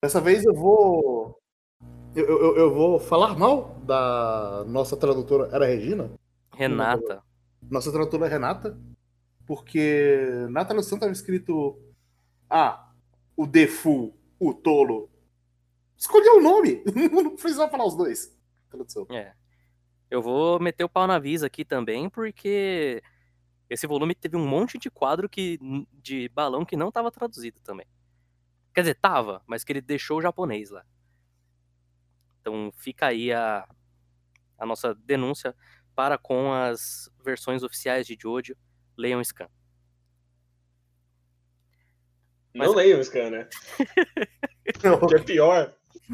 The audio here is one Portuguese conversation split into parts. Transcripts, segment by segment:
Dessa vez eu vou. Eu vou falar mal da nossa tradutora. Era Regina? Não lembro agora. Renata. Nossa tradutora Renata. Porque na tradução estava escrito. O Defu, o tolo. Escolheu o nome! Não precisava falar os dois. Tradução. É. Eu vou meter o pau na Visa aqui também, porque esse volume teve um monte de quadro de balão que não tava traduzido também. Quer dizer, tava, mas que ele deixou o japonês lá. Então fica aí a nossa denúncia para com as versões oficiais de Jojo. Leiam Scan. Não leiam o Scan, né? Não, Que é pior.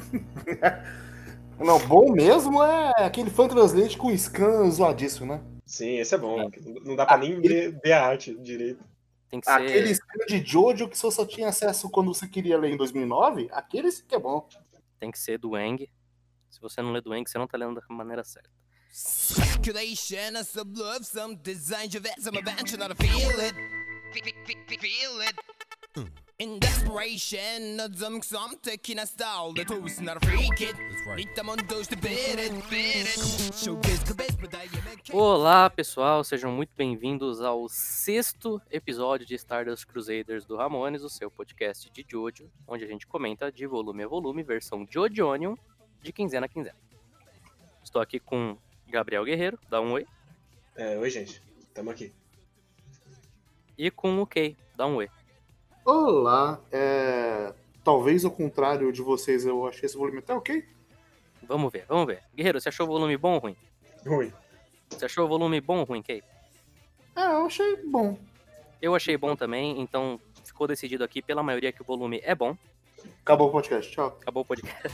não, bom mesmo é aquele fan translate com scan zoadíssimo, né? Sim, esse é bom. Não dá pra nem ver a arte direito. Tem que Aquele ser, scan de Jojo que você só tinha acesso quando você queria ler em 2009, aquele sim que é bom. tem que ser do Eng. Se você não lê do Eng, você não tá lendo da maneira certa. Speculation, a sublove, some design, some adventure, not a feel it. Feel it. In desperation, some taking a style, the toast, not a freak it. Need them on those to beat it. Showcase the best, but I am Olá, pessoal, sejam muito bem-vindos ao 6º episódio de Stardust Crusaders do Ramones, o seu podcast de Jojo, onde a gente comenta de volume a volume, versão Jojonion, de quinzena a quinzena. Estou aqui com Gabriel Guerreiro, dá um oi. Oi, gente. Tamo aqui. E com o Kei, dá um oi. Olá, talvez ao contrário de vocês, eu achei esse volume até ok. Vamos ver. Guerreiro, você achou o volume bom ou ruim? Ruim. Você achou o volume bom ou ruim, Kei? Eu achei bom. Eu achei bom também, então ficou decidido aqui pela maioria que o volume é bom. Acabou o podcast, tchau. Acabou o podcast.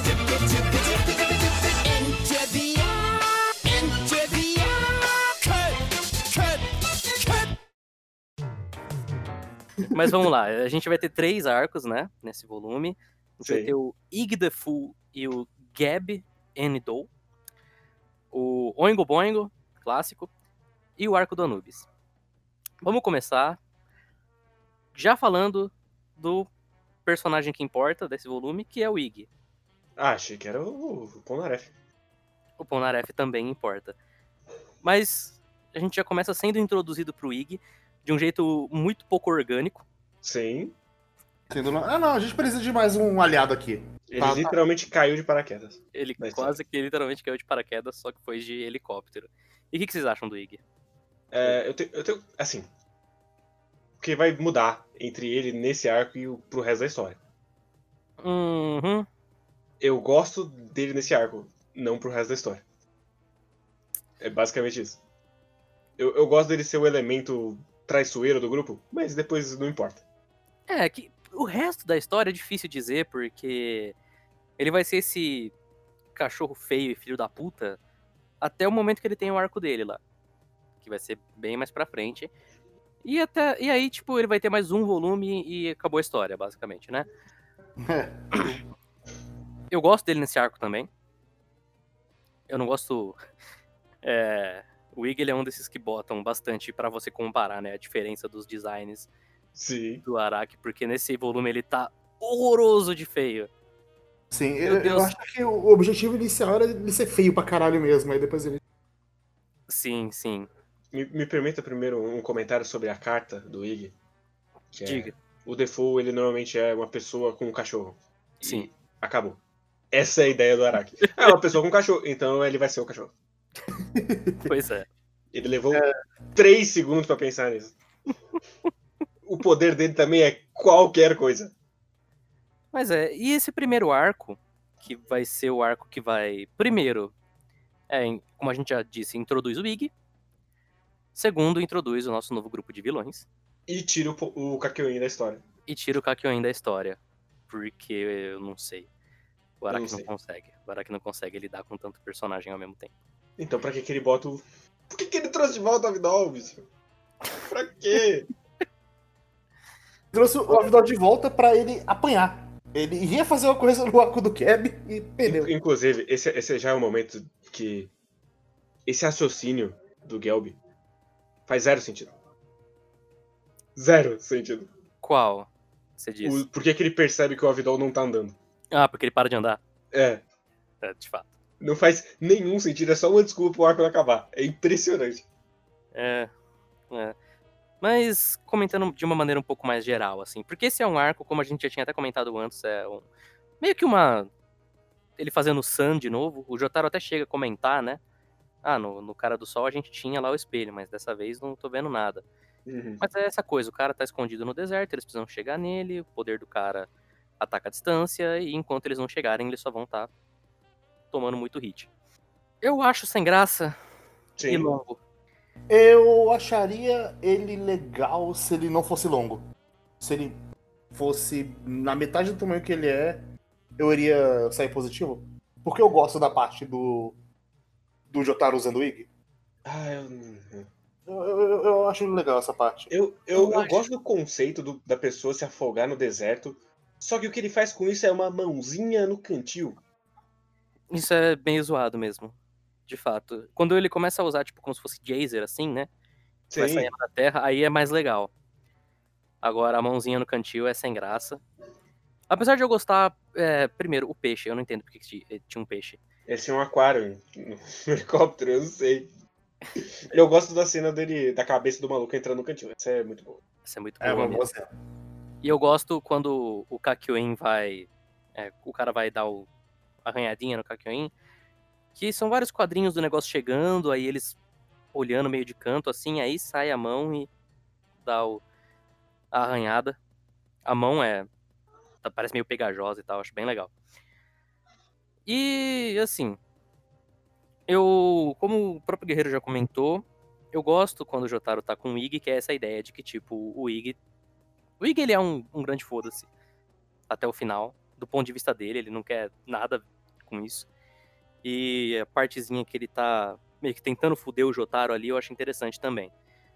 Mas vamos lá, a gente vai ter 3 arcos, né, nesse volume. A gente vai ter o Ig the Fool e o Gab N-Do, o Oingo Boingo, clássico, e o arco do Anubis. Vamos começar já falando do personagem que importa desse volume, que é o Ig. Achei que era o Polnareff. O Polnareff também importa. Mas a gente já começa sendo introduzido pro Ig de um jeito muito pouco orgânico. Sim. Não, a gente precisa de mais um aliado aqui. Ele literalmente caiu de paraquedas. Ele quase que literalmente caiu de paraquedas, só que foi de helicóptero. E o que vocês acham do Ig? Eu tenho. Assim. O que vai mudar entre ele nesse arco e pro resto da história? Uhum. Eu gosto dele nesse arco, não pro resto da história. É basicamente isso. Eu gosto dele ser o elemento traiçoeiro do grupo, mas depois não importa. É, que o resto da história é difícil dizer, porque ele vai ser esse cachorro feio e filho da puta até o momento que ele tem o arco dele lá. Que vai ser bem mais pra frente. E aí, tipo, ele vai ter mais um volume e acabou a história, basicamente, né? Eu gosto dele nesse arco também. Eu não gosto... O Ig, ele é um desses que botam bastante pra você comparar, né? A diferença dos designs do Araki, porque nesse volume ele tá horroroso de feio. Sim, eu acho que o objetivo inicial era ele ser feio pra caralho mesmo, aí depois ele... Sim. Me permita primeiro um comentário sobre a carta do Ig. Diga. O Defoe, ele normalmente é uma pessoa com um cachorro. Sim. E acabou. Essa é a ideia do Araki. É uma pessoa com um cachorro, então ele vai ser o cachorro. Pois é. Ele levou 3 segundos pra pensar nisso. O poder dele também é qualquer coisa. Mas e esse primeiro arco, que vai ser o arco que vai, primeiro, como a gente já disse, introduz o Ig. Segundo, introduz o nosso novo grupo de vilões. E tira o Kakyoin da história. Da história. Porque eu não sei. O Araki não consegue. O Araki não consegue lidar com tanto personagem ao mesmo tempo. Então pra que ele bota o... Por que ele trouxe de volta o Avidol, bicho? Pra quê? Trouxe o Avidol de volta pra ele apanhar. Ele ia fazer uma coisa no arco do Cab e perdeu. Inclusive, esse já é o momento que esse raciocínio do Gelb faz 0 sentido. 0 sentido. Qual? Você disse? Por que ele percebe que o Avidol não tá andando? Ah, porque ele para de andar. É, De fato. não faz nenhum sentido, é só uma desculpa pro arco não acabar. É impressionante. É. Mas comentando de uma maneira um pouco mais geral, assim. Porque esse é um arco, como a gente já tinha até comentado antes, meio que uma... Ele fazendo Sun de novo. O Jotaro até chega a comentar, né? Ah, no Cara do Sol a gente tinha lá o espelho, mas dessa vez não tô vendo nada. Uhum. Mas é essa coisa, o cara tá escondido no deserto, eles precisam chegar nele, o poder do cara ataca a distância, e enquanto eles não chegarem, eles só vão estar tomando muito hit. Eu acho sem graça e Sim. longo. Eu acharia ele legal se ele não fosse longo. Se ele fosse na metade do tamanho que ele é, eu iria sair positivo. Porque eu gosto da parte do Jotaro usando o Ig. Ah, Eu acho legal essa parte. eu gosto do conceito da pessoa se afogar no deserto, só que o que ele faz com isso é uma mãozinha no cantil. Isso é bem zoado mesmo, de fato. Quando ele começa a usar, tipo, como se fosse Jazer, assim, né? Vai Sim. saindo da terra, aí é mais legal. Agora, a mãozinha no cantil é sem graça. Apesar de eu gostar, primeiro, o peixe. Eu não entendo porque tinha um peixe. Esse é um aquário no helicóptero, eu não sei. Eu gosto da cena dele, da cabeça do maluco entrando no cantil. Essa é muito boa. Isso é muito É boa uma mesmo. boa cena. E eu gosto quando o Kakyoin vai... o cara vai dar o arranhadinha no Kakyoin. Que são vários quadrinhos do negócio chegando, aí eles olhando meio de canto, assim, aí sai a mão e dá a arranhada. A mão parece meio pegajosa e tal, acho bem legal. E, assim, como o próprio Guerreiro já comentou, eu gosto quando o Jotaro tá com o Ig, que é essa ideia de que, tipo, o Ig ele é um grande foda-se até o final, do ponto de vista dele, ele não quer nada com isso. E a partezinha que ele tá meio que tentando foder o Jotaro ali, eu acho interessante também.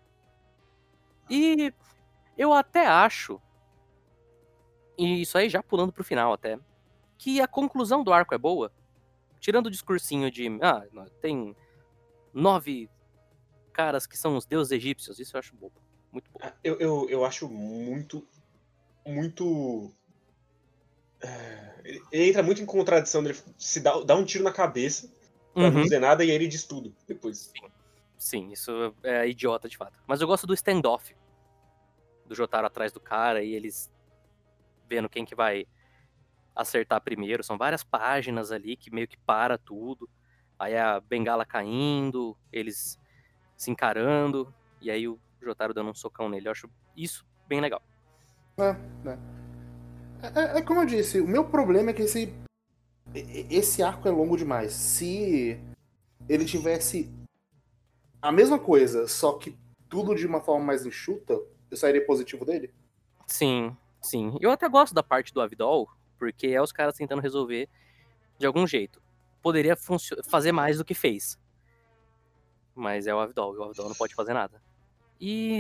E eu até acho, e isso aí já pulando pro final até, que a conclusão do arco é boa. Tirando o discursinho de, tem 9 caras que são os deuses egípcios, isso eu acho bobo. Muito bobo. Eu acho muito. Ele entra muito em contradição dele se dá um tiro na cabeça pra não dizer nada e aí ele diz tudo depois. Sim, isso é idiota de fato. Mas eu gosto do standoff. Do Jotaro atrás do cara e eles vendo quem que vai acertar primeiro. São várias páginas ali que meio que para tudo. Aí a bengala caindo, eles se encarando, e aí o Jotaro dando um socão nele. Eu acho isso bem legal. É como eu disse, o meu problema é que esse arco é longo demais. Se ele tivesse a mesma coisa, só que tudo de uma forma mais enxuta, eu sairia positivo dele. Sim. Eu até gosto da parte do Avidol, porque é os caras tentando resolver de algum jeito. Poderia fazer mais do que fez. Mas é o Avidol, e o Avidol não pode fazer nada. E...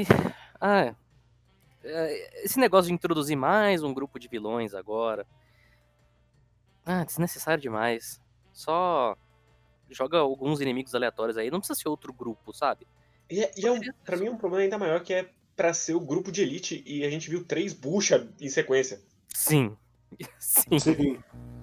esse negócio de introduzir mais um grupo de vilões agora... desnecessário demais. Só joga alguns inimigos aleatórios aí. Não precisa ser outro grupo, sabe? Pra mim é um problema ainda maior que é pra ser o grupo de elite e a gente viu 3 bucha em sequência. Sim. Sim.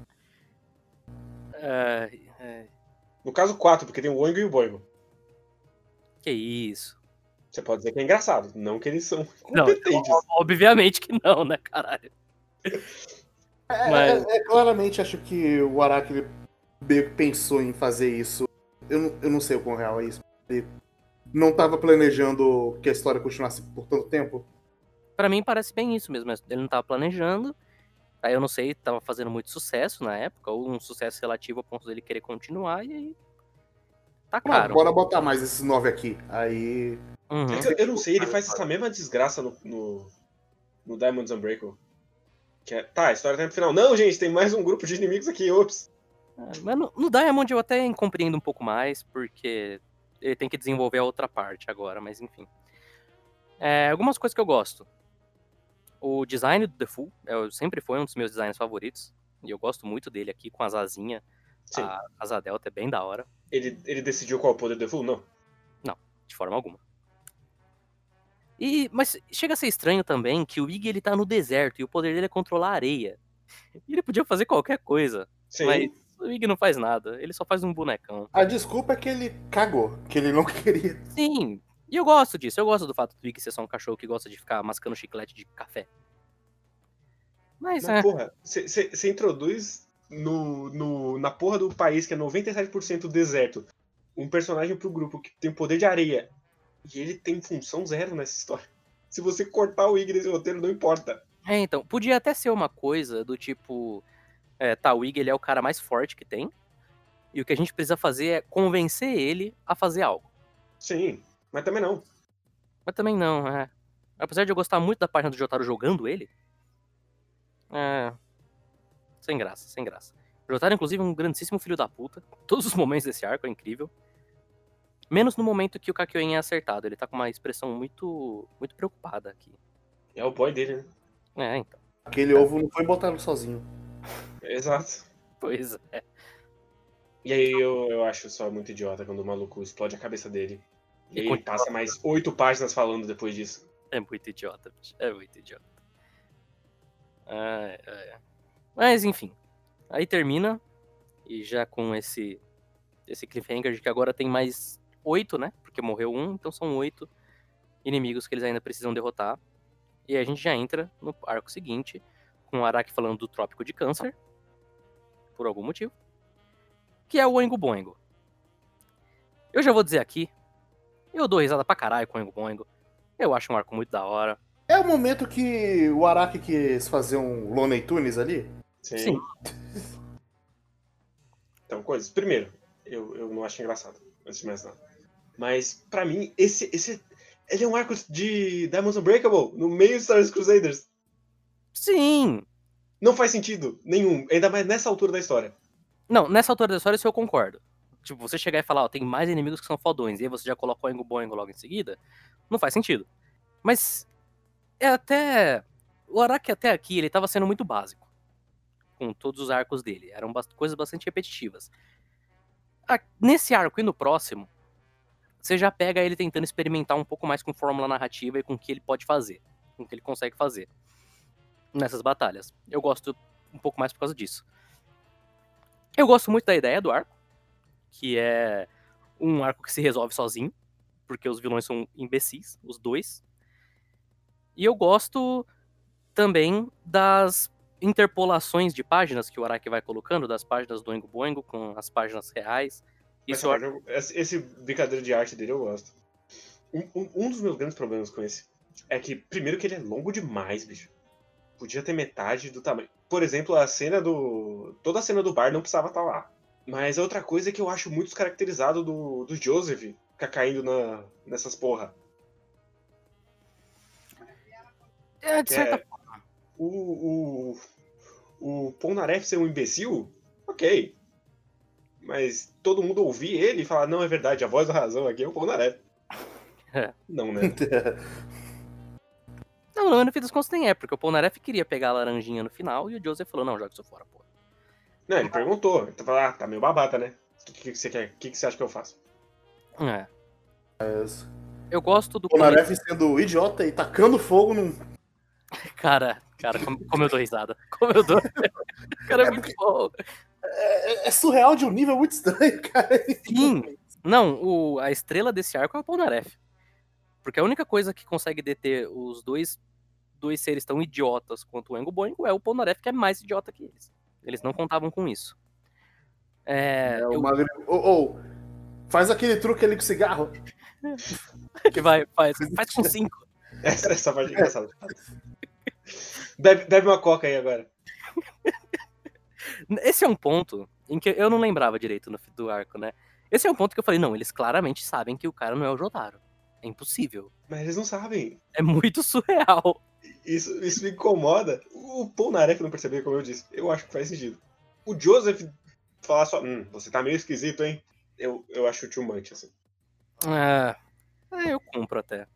No caso 4, porque tem o Oingo e o Boingo. Que isso. Você pode dizer que é engraçado, não que eles são competentes. Não, obviamente que não, né, caralho? Mas... claramente acho que o Araki meio que pensou em fazer isso. Eu não sei o quão real é isso. Ele não estava planejando que a história continuasse por tanto tempo. Pra mim parece bem isso mesmo. Ele não tava planejando. Aí eu não sei, tava fazendo muito sucesso na época, ou um sucesso relativo a ponto dele querer continuar, e aí tá caro. Bora botar mais esses 9 aqui. Aí... Eu não sei, ele faz essa mesma desgraça no Diamonds Unbreakable. Que a história tá no final. Não, gente, tem mais um grupo de inimigos aqui, ops. Mas no Diamond eu até compreendo um pouco mais, porque ele tem que desenvolver a outra parte agora, mas enfim. Algumas coisas que eu gosto. O design do The Fool sempre foi um dos meus designs favoritos. E eu gosto muito dele aqui, com as asinhas. A asa delta é bem da hora. Ele decidiu qual é o poder do The Fool? Não. Não, de forma alguma. Mas chega a ser estranho também que o Ig ele tá no deserto e o poder dele é controlar a areia. E ele podia fazer qualquer coisa. Sim. Mas o Ig não faz nada. Ele só faz um bonecão. A desculpa é que ele cagou, que ele não queria. Sim. E eu gosto disso. Eu gosto do fato do Ig ser só um cachorro que gosta de ficar mascando chiclete de café. Mas porra, você introduz na porra do país que é 97% deserto um personagem pro grupo que tem poder de areia e ele tem função zero nessa história. Se você cortar o Ig desse roteiro, não importa. então, podia até ser uma coisa do tipo... o Ig ele é o cara mais forte que tem. E o que a gente precisa fazer é convencer ele a fazer algo. Sim, mas também não. Mas também não, Apesar de eu gostar muito da página do Jotaro jogando ele... Sem graça, sem graça. O Jotaro, inclusive, é um grandíssimo filho da puta. Todos os momentos desse arco é incrível. Menos no momento que o Kakyoin é acertado. Ele tá com uma expressão muito, muito preocupada aqui. É o boy dele, né? Então. Aquele ovo não foi botado sozinho. Exato. Pois é. E aí eu acho só muito idiota quando o maluco explode a cabeça dele. E aí ele passa mais 8 páginas falando depois disso. É muito idiota, bicho. É muito idiota. Mas, enfim. Aí termina. E já com esse cliffhanger de que agora tem mais 8, né? Porque morreu um, então são 8 inimigos que eles ainda precisam derrotar. E aí a gente já entra no arco seguinte, com o Araki falando do Trópico de Câncer. Por algum motivo. Que é o Oingo Boingo. Eu já vou dizer aqui. Eu dou risada pra caralho com o Oingo Boingo. Eu acho um arco muito da hora. É o momento que o Araki quis fazer um Looney Tunes ali? Sim. Então, coisas. Primeiro, eu não acho engraçado, antes de mais nada. Mas, pra mim, ele é um arco de Diamonds Unbreakable, no meio de Star Wars Crusaders. Sim! Não faz sentido nenhum, ainda mais nessa altura da história. Não, nessa altura da história isso eu concordo. Tipo, você chegar e falar, tem mais inimigos que são fodões, e aí você já coloca o Oingo Boingo logo em seguida, não faz sentido. Mas, o Araki até aqui, ele tava sendo muito básico. Com todos os arcos dele. Eram coisas bastante repetitivas. Nesse arco e no próximo, você já pega ele tentando experimentar um pouco mais com fórmula narrativa e com o que ele pode fazer. Com o que ele consegue fazer. Nessas batalhas. Eu gosto um pouco mais por causa disso. Eu gosto muito da ideia do arco. Que é um arco que se resolve sozinho. Porque os vilões são imbecis, os dois. E eu gosto também das interpolações de páginas que o Araki vai colocando, das páginas do Oingo Boingo com as páginas reais. Esse brincadeira de arte dele eu gosto. Um dos meus grandes problemas com esse é que, primeiro, que ele é longo demais, bicho. Podia ter metade do tamanho. Por exemplo, toda a cena do bar não precisava estar lá. Mas a outra coisa é que eu acho muito descaracterizado do Joseph ficar caindo nessas porra. De certa forma. O Polnareff ser um imbecil, ok. Mas todo mundo ouvir ele e falar, não, é verdade, a voz da razão aqui é o Polnareff. Não, né? Não, no fim das contas nem é, porque o Polnareff queria pegar a laranjinha no final e o Joseph falou, não, joga isso fora, pô. Não, ele perguntou. Ele falou, tá meio babata, né? O que você quer? O que você acha que eu faço? Eu gosto do... O Polnareff sendo idiota e tacando fogo num... Cara, como eu dou risada. Como eu dou... Cara, é muito bom. É surreal de um nível muito estranho, cara. Sim. Não, a estrela desse arco é o Polnareff. Porque a única coisa que consegue deter os dois seres tão idiotas quanto o Oingo Boingo é o Polnareff, que é mais idiota que eles. Eles não contavam com isso. Faz aquele truque ali com cigarro. Que faz com 5. Essa parte é engraçada. Bebe uma coca aí agora. Esse é um ponto em que eu não lembrava direito do arco, né? Esse é um ponto que eu falei, não, eles claramente sabem que o cara não é o Jotaro. É impossível. Mas eles não sabem. É muito surreal. Isso me incomoda. O Polnareff não percebeu, como eu disse. Eu acho que faz sentido. O Joseph falar só, você tá meio esquisito, hein? Eu acho too much, assim. Eu compro até.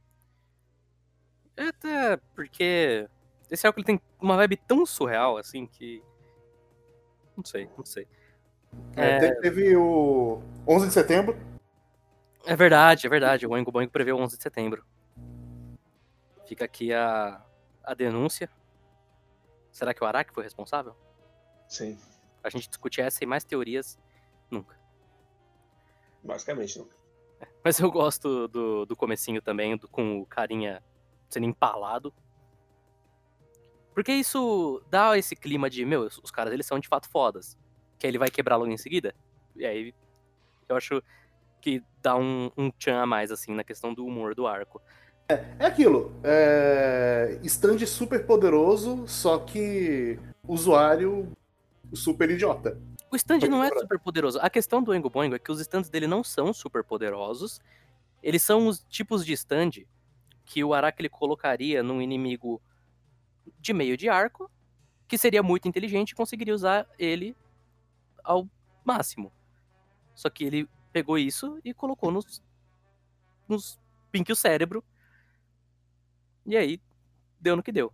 Até porque esse arco ele tem uma vibe tão surreal, assim, que... Não sei. Teve o 11 de setembro. É verdade. O Oingo Boingo prevê o 11 de setembro. Fica aqui a denúncia. Será que o Araki foi responsável? Sim, A gente discute essa e mais teorias nunca. basicamente não. Mas eu gosto do comecinho também, com o carinha sendo empalado. Porque isso dá esse clima de, meu, os caras eles são de fato fodas. Que aí ele vai quebrar logo em seguida. E aí eu acho que dá um tchan a mais, assim, na questão do humor do arco. É aquilo. Stand super poderoso, só que usuário super idiota. O stand não é super poderoso. A questão do Oingo Boingo é que os stands dele não são super poderosos. Eles são os tipos de stand que o Araki ele colocaria num inimigo de meio de arco, que seria muito inteligente e conseguiria usar ele ao máximo. Só que ele pegou isso e colocou nos pink o cérebro. E aí, deu no que deu.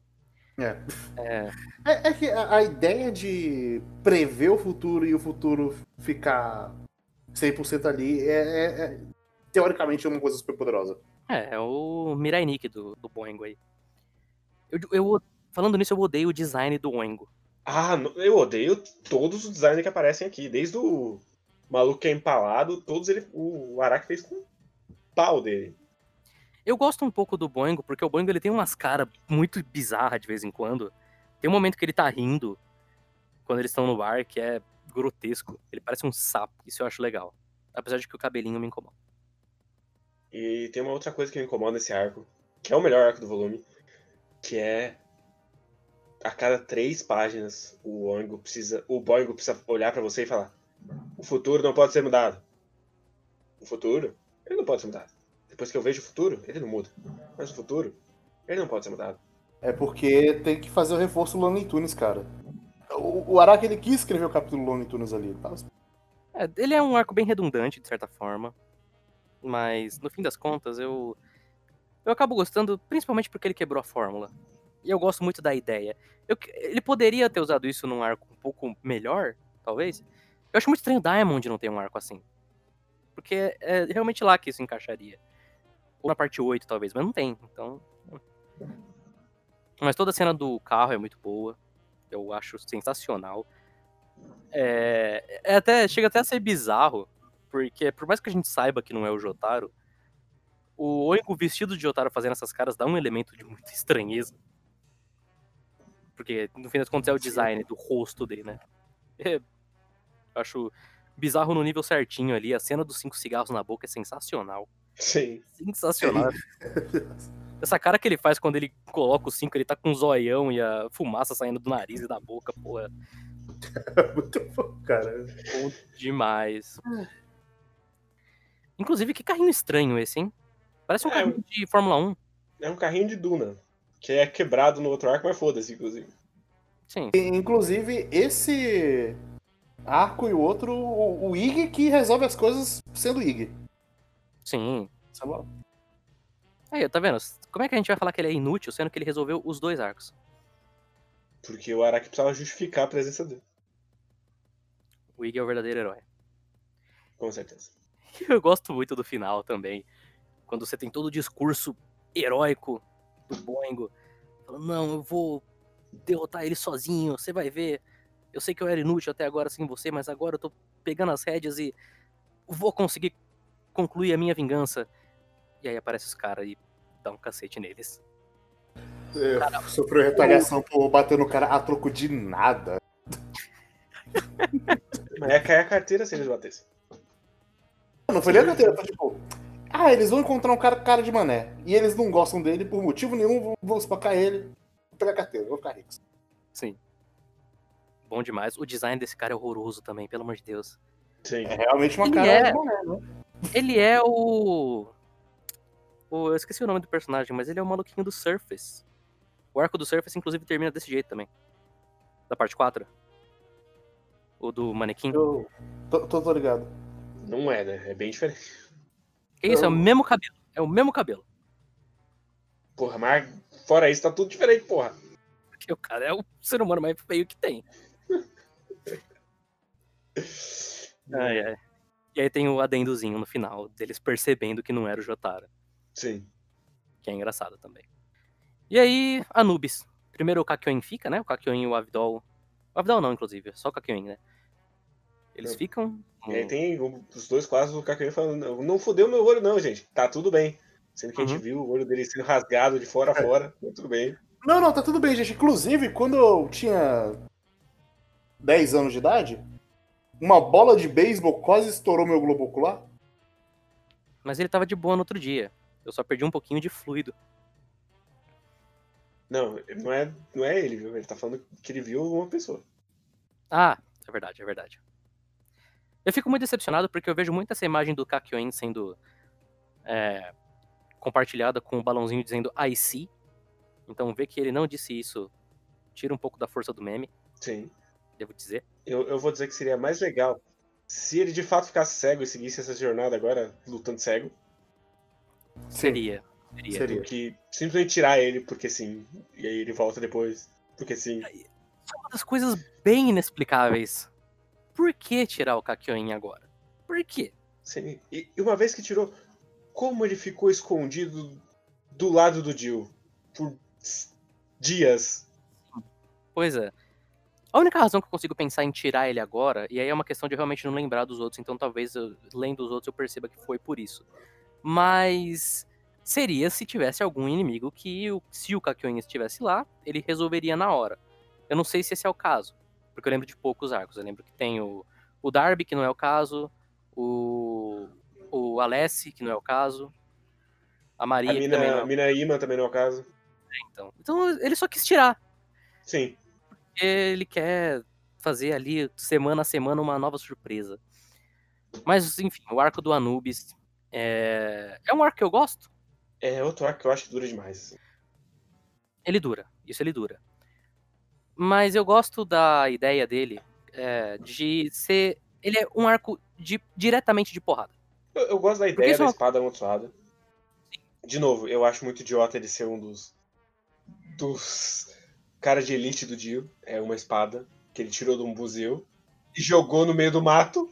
É que a ideia de prever o futuro e o futuro ficar 100% ali teoricamente uma coisa super poderosa. É o Mirai Nikki do Boingo aí. Falando nisso, eu odeio o design do Oingo. Ah, eu odeio todos os designs que aparecem aqui. Desde o maluco que é empalado, todos o Araki fez com o pau dele. Eu gosto um pouco do Boingo, porque o Boingo ele tem umas caras muito bizarras de vez em quando. Tem um momento que ele tá rindo, quando eles estão no bar, que é grotesco. Ele parece um sapo, isso eu acho legal. Apesar de que o cabelinho me incomoda. E tem uma outra coisa que me incomoda nesse arco, que é o melhor arco do volume, que é a cada 3 páginas o Boingo precisa olhar pra você e falar: o futuro não pode ser mudado. O futuro, ele não pode ser mudado. Depois que eu vejo o futuro, ele não muda. Mas o futuro, ele não pode ser mudado. É porque tem que fazer o reforço Looney Tunes, cara. O Araki, ele quis escrever o capítulo Looney Tunes ali. Tá? Ele é um arco bem redundante, de certa forma. Mas, no fim das contas, eu acabo gostando, principalmente porque ele quebrou a fórmula. E eu gosto muito da ideia. Ele poderia ter usado isso num arco um pouco melhor, talvez. Eu acho muito estranho o Diamond não ter um arco assim. Porque é realmente lá que isso encaixaria. Ou na parte 8, talvez, mas não tem. Então. Mas toda a cena do carro é muito boa. Eu acho sensacional. Chega até a ser bizarro. Porque, por mais que a gente saiba que não é o Jotaro, o Oingo vestido de Jotaro fazendo essas caras dá um elemento de muita estranheza. Porque, no fim das contas, é o design do rosto dele, né? Eu acho bizarro no nível certinho ali. A cena dos 5 cigarros na boca é sensacional. Sim. Sensacional. Essa cara que ele faz quando ele coloca os 5, ele tá com um zoião e a fumaça saindo do nariz e da boca, porra. Muito bom, cara. Bom demais. Inclusive, que carrinho estranho esse, hein? Parece um carrinho de Fórmula 1. É um carrinho de Duna, que é quebrado no outro arco, mas foda-se, inclusive. Sim. Inclusive, esse arco e o outro, o Ig que resolve as coisas sendo Ig. Sim. Sabe lá? Aí, tá vendo? Como é que a gente vai falar que ele é inútil, sendo que ele resolveu os 2 arcos? Porque o Araki precisava justificar a presença dele. O Ig é o verdadeiro herói. Com certeza. Eu gosto muito do final também. Quando você tem todo o discurso heróico do Boingo. Falando, não, eu vou derrotar ele sozinho, você vai ver. Eu sei que eu era inútil até agora sem você, mas agora eu tô pegando as rédeas e vou conseguir concluir a minha vingança. E aí aparece os caras e dá um cacete neles. Sofreu retaliação por bater no cara a troco de nada. Mas ia cair a carteira se eles batessem. Não foi nem a carteira, foi tipo... eles vão encontrar um cara de mané. E eles não gostam dele por motivo nenhum, vão espacar ele, vou pegar a carteira, vou ficar ricos. Sim. Bom demais. O design desse cara é horroroso também, pelo amor de Deus. Sim. É realmente uma Ele cara de mané, né? Ele é eu esqueci o nome do personagem, mas ele é o maluquinho do Surface. O arco do Surface, inclusive, termina desse jeito também. Da parte 4. O do manequim. Eu tô ligado. Não é, né? É bem diferente. Que isso? É o mesmo cabelo. É o mesmo cabelo. Porra, mas fora isso, tá tudo diferente, porra. Porque o cara é o ser humano mais feio que tem. Ai. E aí tem o adendozinho no final, deles percebendo que não era o Jotaro. Sim. Que é engraçado também. E aí, Anubis. Primeiro o Kakyoin fica, né? O Kakyoin e o Avidol. O Avidol não, inclusive, só o Kakyoin, né? Eles Não. ficam. E aí tem os dois quadros do Kakyoin falando, não fudeu meu olho não, gente. Tá tudo bem. Sendo que a gente viu o olho dele sendo rasgado de fora a fora. Tá tudo bem. Não, tá tudo bem, gente. Inclusive, quando eu tinha 10 anos de idade, uma bola de beisebol quase estourou meu globo ocular. Mas ele tava de boa no outro dia. Eu só perdi um pouquinho de fluido. Não é ele, viu? Ele tá falando que ele viu uma pessoa. Ah, é verdade, é verdade. Eu fico muito decepcionado porque eu vejo muito essa imagem do Kakyoin sendo compartilhada com o balãozinho dizendo I see. Então ver que ele não disse isso tira um pouco da força do meme, Sim. devo dizer. Eu vou dizer que seria mais legal se ele de fato ficasse cego e seguisse essa jornada agora lutando cego. Seria. Do que simplesmente tirar ele porque sim. E aí ele volta depois porque sim. É uma das coisas bem inexplicáveis. Por que tirar o Kakyoin agora? Por quê? Sim. E uma vez que tirou, como ele ficou escondido do lado do Jill por dias? Pois é. A única razão que eu consigo pensar em tirar ele agora, e aí é uma questão de realmente não lembrar dos outros, então talvez lendo os outros eu perceba que foi por isso. Mas seria se tivesse algum inimigo que, se o Kakyoin estivesse lá, ele resolveria na hora. Eu não sei se esse é o caso, porque eu lembro de poucos arcos. Eu lembro que tem o Darby, que não é o caso, o Alessi, que não é o caso, a Maria, que também não é o Mina Ima também não é o caso. caso. Então ele só quis tirar. Sim. Ele quer fazer ali, semana a semana, uma nova surpresa. Mas, enfim, o arco do Anubis é um arco que eu gosto. É outro arco que eu acho que dura demais. Ele dura, isso ele dura. Mas eu gosto da ideia dele de ser... Ele é um arco diretamente de porrada. Eu gosto da Porque ideia isso é da uma- espada amaldiçoada. De novo, eu acho muito idiota ele ser um dos caras de elite do Dio. É uma espada que ele tirou de um museu e jogou no meio do mato.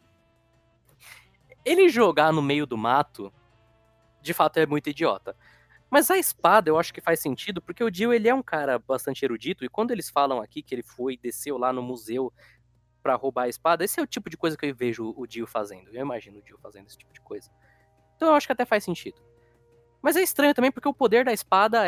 Ele jogar no meio do mato, de fato, é muito idiota. Mas a espada eu acho que faz sentido, porque o Dio, ele é um cara bastante erudito, e quando eles falam aqui que ele desceu lá no museu pra roubar a espada, esse é o tipo de coisa que eu vejo o Dio fazendo. Eu imagino o Dio fazendo esse tipo de coisa. Então eu acho que até faz sentido. Mas é estranho também, porque o poder da espada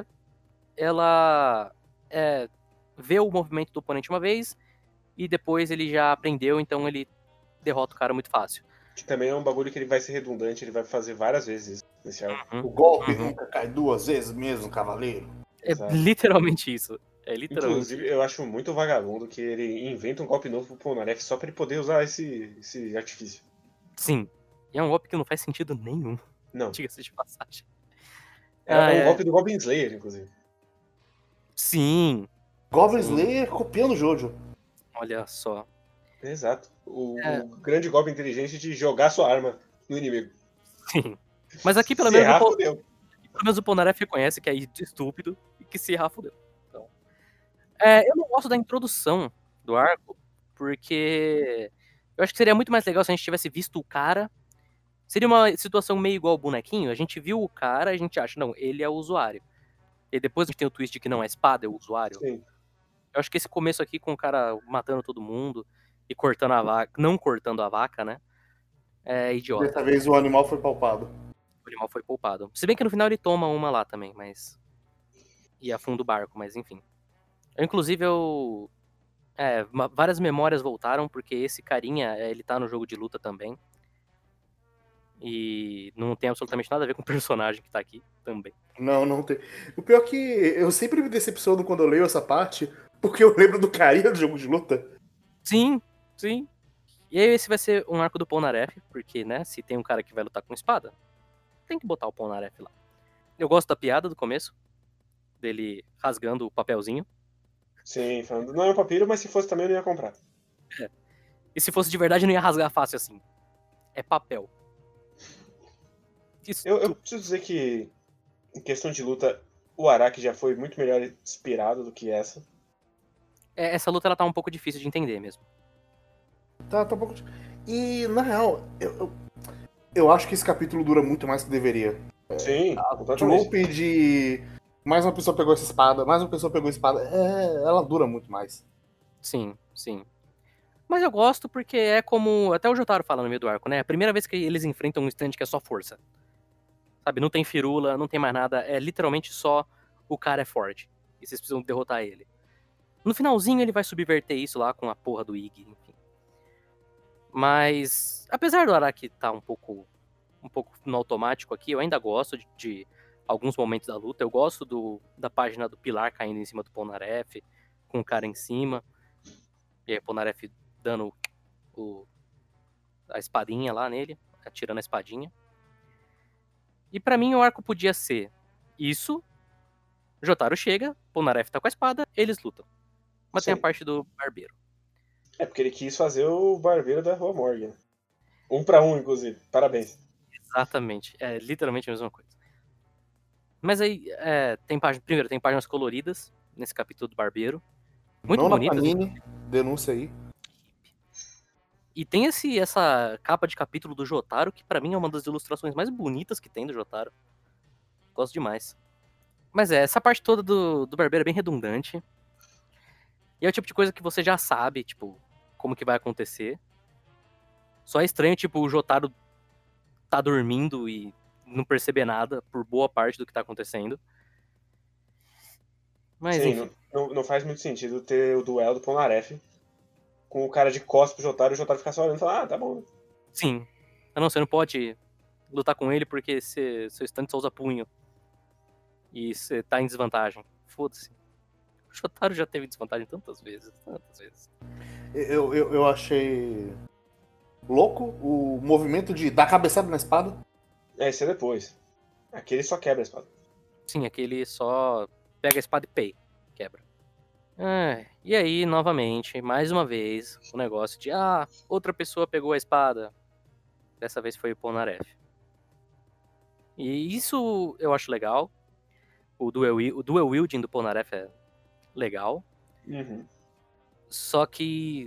ela vê o movimento do oponente uma vez, e depois ele já aprendeu, então ele derrota o cara muito fácil. Que também é um bagulho que ele vai ser redundante, ele vai fazer várias vezes isso nesse arco. O golpe nunca cai 2 vezes mesmo, cavaleiro. É Exato. literalmente isso. É literalmente. Inclusive, eu acho muito vagabundo que ele inventa um golpe novo pro Polnareff só pra ele poder usar esse artifício. Sim. E é um golpe que não faz sentido nenhum, Não. diga-se de passagem. É um golpe do Goblin Slayer, inclusive. Sim, Goblin Sim. Slayer copiando o Jojo. olha só. Exato. O grande golpe inteligente de jogar sua arma no inimigo. Sim. Mas aqui pelo Se menos, errar, fodeu. pelo menos o Polnareff reconhece que é estúpido e que se errar, fodeu. Então, eu não gosto da introdução do arco, porque eu acho que seria muito mais legal se a gente tivesse visto o cara. Seria uma situação meio igual ao bonequinho. A gente viu o cara, a gente acha, não, ele é o usuário. E depois a gente tem o twist de que não é espada, é o usuário. Sim. Eu acho que esse começo aqui com o cara matando todo mundo e cortando a vaca, não cortando a vaca, né? É idiota. Dessa vez o animal foi palpado. O animal foi poupado. Se bem que no final ele toma uma lá também, mas... E afunda o barco, mas enfim. Inclusive, várias memórias voltaram, porque esse carinha, ele tá no jogo de luta também. E não tem absolutamente nada a ver com o personagem que tá aqui também. Não tem. O pior é que eu sempre me decepciono quando eu leio essa parte, porque eu lembro do carinha do jogo de luta. Sim. E aí esse vai ser um arco do Polnareff, porque, né, se tem um cara que vai lutar com espada, tem que botar o Polnareff lá. Eu gosto da piada do começo, dele rasgando o papelzinho. Sim, falando, não é um papiro, mas se fosse também eu não ia comprar. E se fosse de verdade, não ia rasgar fácil assim. É papel. Eu preciso dizer que, em questão de luta, o Araki já foi muito melhor inspirado do que essa. Essa luta ela tá um pouco difícil de entender mesmo. Tá um pouco. E, na real, eu acho que esse capítulo dura muito mais que deveria. Sim, O completamente. trope de Mais uma pessoa pegou essa espada, mais uma pessoa pegou a espada. Ela dura muito mais. Sim, sim. Mas eu gosto porque é como. Até o Jotaro fala no meio do arco, né? A primeira vez que eles enfrentam um stand que é só força. Sabe? Não tem firula, não tem mais nada. É literalmente só o cara é forte. E vocês precisam derrotar ele. No finalzinho ele vai subverter isso lá com a porra do Iggy, enfim. Mas, apesar do Araki estar um pouco no automático aqui, eu ainda gosto de alguns momentos da luta. Eu gosto da página do Pilar caindo em cima do Polnareff, com o cara em cima. E aí o Polnareff dando a espadinha lá nele, atirando a espadinha. E pra mim o arco podia ser isso, Jotaro chega, Polnareff tá com a espada, eles lutam. Mas tem a Sim. parte do barbeiro. É porque ele quis fazer o barbeiro da Rua Morgan. 1 pra 1, inclusive. Parabéns. Exatamente, é literalmente a mesma coisa. Mas aí, primeiro tem páginas coloridas nesse capítulo do barbeiro. Muito Não na bonitas. Panini, denúncia aí. E tem essa capa de capítulo do Jotaro, que pra mim é uma das ilustrações mais bonitas que tem do Jotaro. Gosto demais. Mas essa parte toda do barbeiro é bem redundante. E é o tipo de coisa que você já sabe, tipo, como que vai acontecer. Só é estranho, tipo, o Jotaro tá dormindo e não perceber nada por boa parte do que tá acontecendo. Mas Sim, enfim. não faz muito sentido ter o duelo do Polnareff com o cara de costas pro Jotaro e o Jotaro ficar só olhando e falar, tá bom. Sim. Não, você não pode lutar com ele porque seu stand só usa punho. E você tá em desvantagem. Foda-se. O Jotaro já teve desvantagem tantas vezes. Eu achei louco o movimento de dar cabeçada na espada. Isso é depois. Aqui ele só quebra a espada. Sim, aquele só pega a espada e pei. Quebra. E aí, novamente, mais uma vez, o negócio de outra pessoa pegou a espada. Dessa vez foi o Polnareff. E isso eu acho legal. O dual wielding do Polnareff é legal. Uhum. Só que,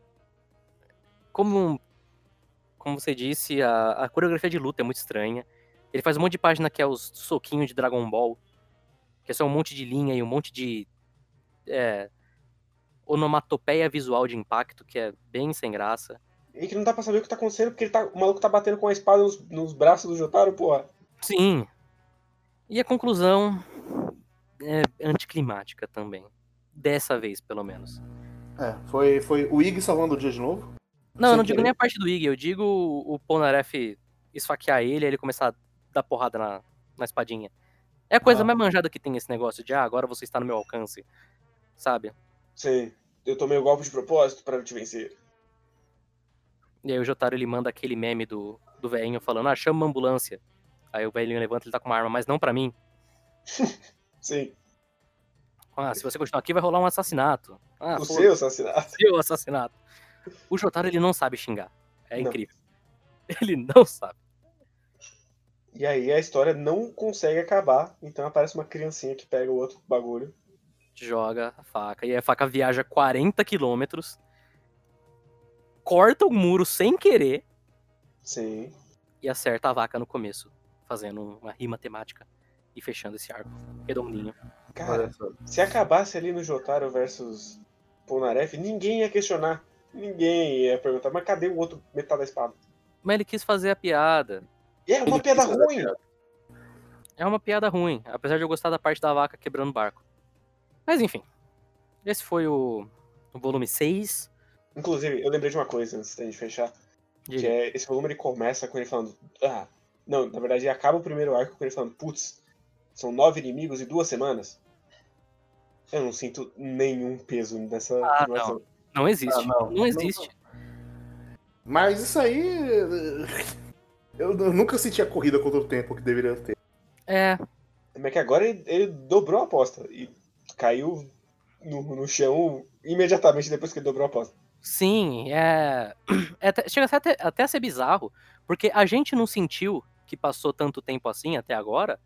como você disse, a coreografia de luta é muito estranha. Ele faz um monte de página que é os soquinhos de Dragon Ball. Que é só um monte de linha e um monte de onomatopeia visual de impacto, que é bem sem graça. E que não dá pra saber o que tá acontecendo, porque o maluco tá batendo com a espada nos braços do Jotaro, porra. Sim. E a conclusão é anticlimática também. Dessa vez, pelo menos. Foi o Iggy salvando o dia de novo. Não, eu Sem não digo querer. nem a parte do Iggy, eu digo o Polnareff esfaquear ele e ele começar a dar porrada na espadinha. É a coisa mais manjada que tem esse negócio de agora você está no meu alcance, sabe? Sim, eu tomei o golpe de propósito pra te vencer. E aí o Jotaro ele manda aquele meme do velhinho falando, chama uma ambulância. Aí o velhinho levanta, ele tá com uma arma, mas não pra mim. Sim, Se você continuar aqui vai rolar um assassinato. o seu assassinato. Seu assassinato. O Jotaro ele não sabe xingar. É Não. incrível. Ele não sabe. E aí a história não consegue acabar, então aparece uma criancinha que pega o outro bagulho. Joga a faca. E a faca viaja 40 quilômetros. Corta o muro sem querer. Sim. E acerta a vaca no começo. Fazendo uma rima temática. E fechando esse arco redondinho. Cara, se acabasse ali no Jotaro versus Polnareff, ninguém ia questionar. Ninguém ia perguntar, mas cadê o outro metade da espada? Mas ele quis fazer a piada. É uma piada ruim. É uma piada ruim. Apesar de eu gostar da parte da vaca quebrando o barco. Mas enfim. Esse foi o volume 6. Inclusive, eu lembrei de uma coisa antes da gente fechar. Diga. Que é, esse volume ele começa com ele falando... não, na verdade acaba o primeiro arco com ele falando, putz, são 9 inimigos e 2 semanas. Eu não sinto nenhum peso nessa afirmação. Não existe. Não existe. Mas isso aí... Eu nunca senti a corrida contra o tempo que deveria ter. Mas que agora ele dobrou a aposta e caiu no chão imediatamente depois que ele dobrou a aposta. Sim, chega até a ser bizarro, porque a gente não sentiu que passou tanto tempo assim até agora,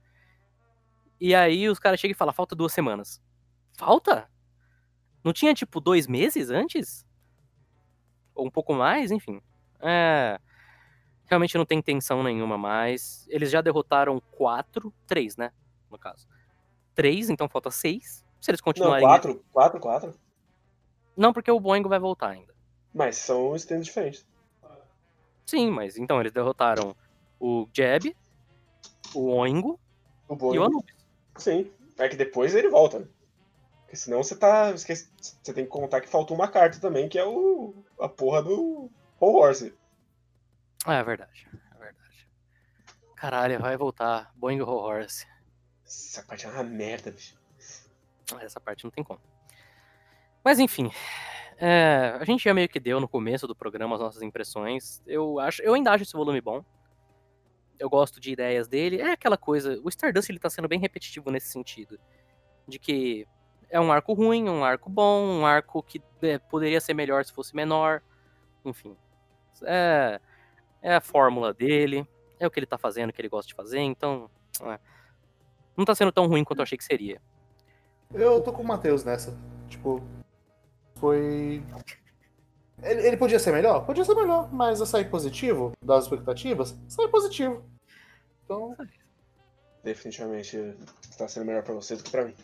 e aí os caras chegam e falam, falta 2 semanas. Falta? Não tinha, tipo, 2 meses antes? Ou um pouco mais, enfim. Realmente não tem tensão nenhuma mais. Eles já derrotaram 3, né, no caso. 3, então falta 6. Se eles Não, continuarem... 4. Não, porque o Boingo vai voltar ainda. Mas são stands diferentes. Sim, mas então eles derrotaram o Jeb, o Oingo O e o Boeing, Anubis. sim. É que depois ele volta, né? Porque senão você você tem que contar que faltou uma carta também, que é a porra do Whole Horse. É verdade, é verdade. Caralho, vai voltar. Boingo Whole Horse. Essa parte é uma merda, bicho. Essa parte não tem como. Mas enfim, a gente já meio que deu no começo do programa as nossas impressões. Eu ainda acho esse volume bom. Eu gosto de ideias dele. É aquela coisa, o Stardust ele tá sendo bem repetitivo nesse sentido. De que é um arco ruim, um arco bom, um arco que poderia ser melhor se fosse menor. Enfim, é a fórmula dele, é o que ele tá fazendo, o que ele gosta de fazer, então não tá sendo tão ruim quanto eu achei que seria. Eu tô com o Matheus nessa. Tipo, foi... Ele podia ser melhor? Podia ser melhor, mas eu saí positivo das expectativas, saí positivo. Então, Definitivamente está sendo melhor pra você do que pra mim.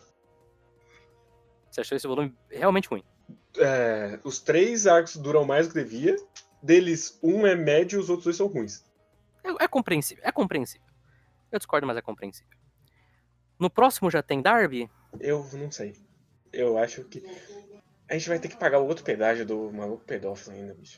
Você achou esse volume realmente ruim? Os 3 arcos duram mais do que devia. Deles, um é médio e os outros 2 são ruins. É compreensível, é compreensível. Eu discordo, mas é compreensível. No próximo já tem Darby? Eu não sei. Eu acho que a gente vai ter que pagar o outro pedágio do maluco pedófilo ainda, bicho.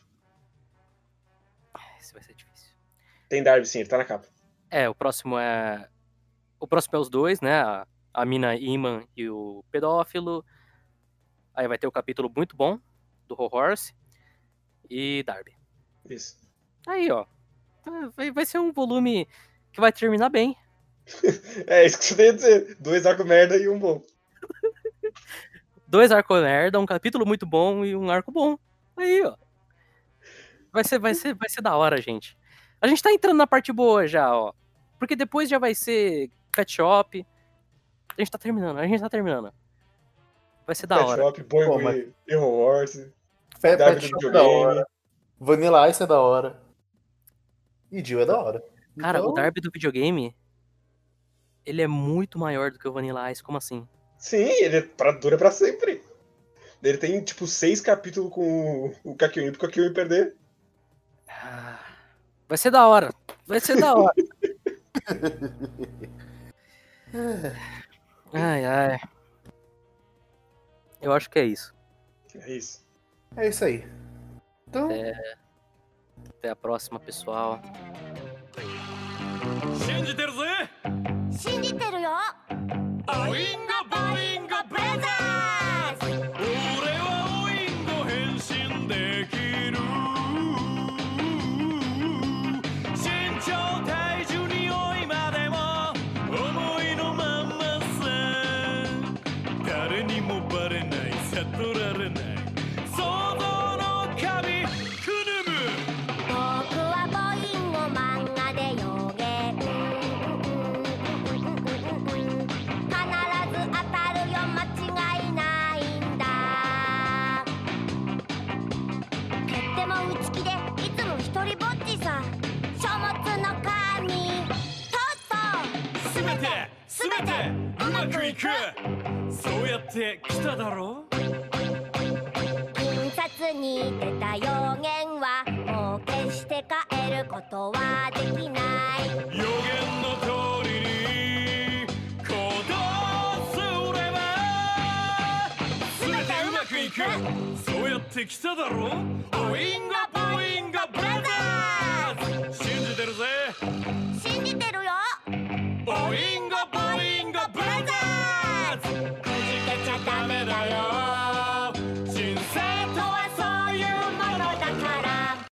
Esse vai ser difícil. Tem Darby sim, ele tá na capa. O próximo é... O próximo é os dois, né? A mina Iman e o pedófilo. Aí vai ter o capítulo muito bom do Whole Horse e Darby. Isso. Aí, ó. Vai ser um volume que vai terminar bem. É isso que você tem a dizer. 2 arcos merda e um bom. 2 arcos merda, um capítulo muito bom e um arco bom. Aí, ó. Vai ser da hora, gente. A gente tá entrando na parte boa já, ó. Porque depois já vai ser Pet Shop. A gente tá terminando. Vai ser da Pet hora. Shop, Boingo Pô, mas- e Hero Horse. Pet Darby do Shop é da videogame. hora. Vanilla Ice é da hora. E Jill é da hora. Cara, Então, o Darby do videogame, ele é muito maior do que o Vanilla Ice. Como assim? Sim, ele dura pra sempre. Ele tem, tipo, 6 capítulos com o Kakyoin pro Kakyoin perder. Ah, vai ser da hora. Vai ser da hora. Ai. Eu acho que é isso. É isso. é isso aí. Então, Até a próxima, pessoal. 信じてるぜ信じてるよオインゴボインゴブラザーズ俺はオインゴ変身できる身長体重においまでも思いのまんまさ誰にもバレない悟られない想像の神クヌム僕はボインゴ漫画で予言必ず当たるよ間違いないんだとっても内気でいつも一人ぼっちさ書物の神トットすべてうまくいくそうやって来ただろ印刷に出た予言はもう決して変えることはできない予言の通りに行動すればすべてうまくいくそうやって来ただろオインゴ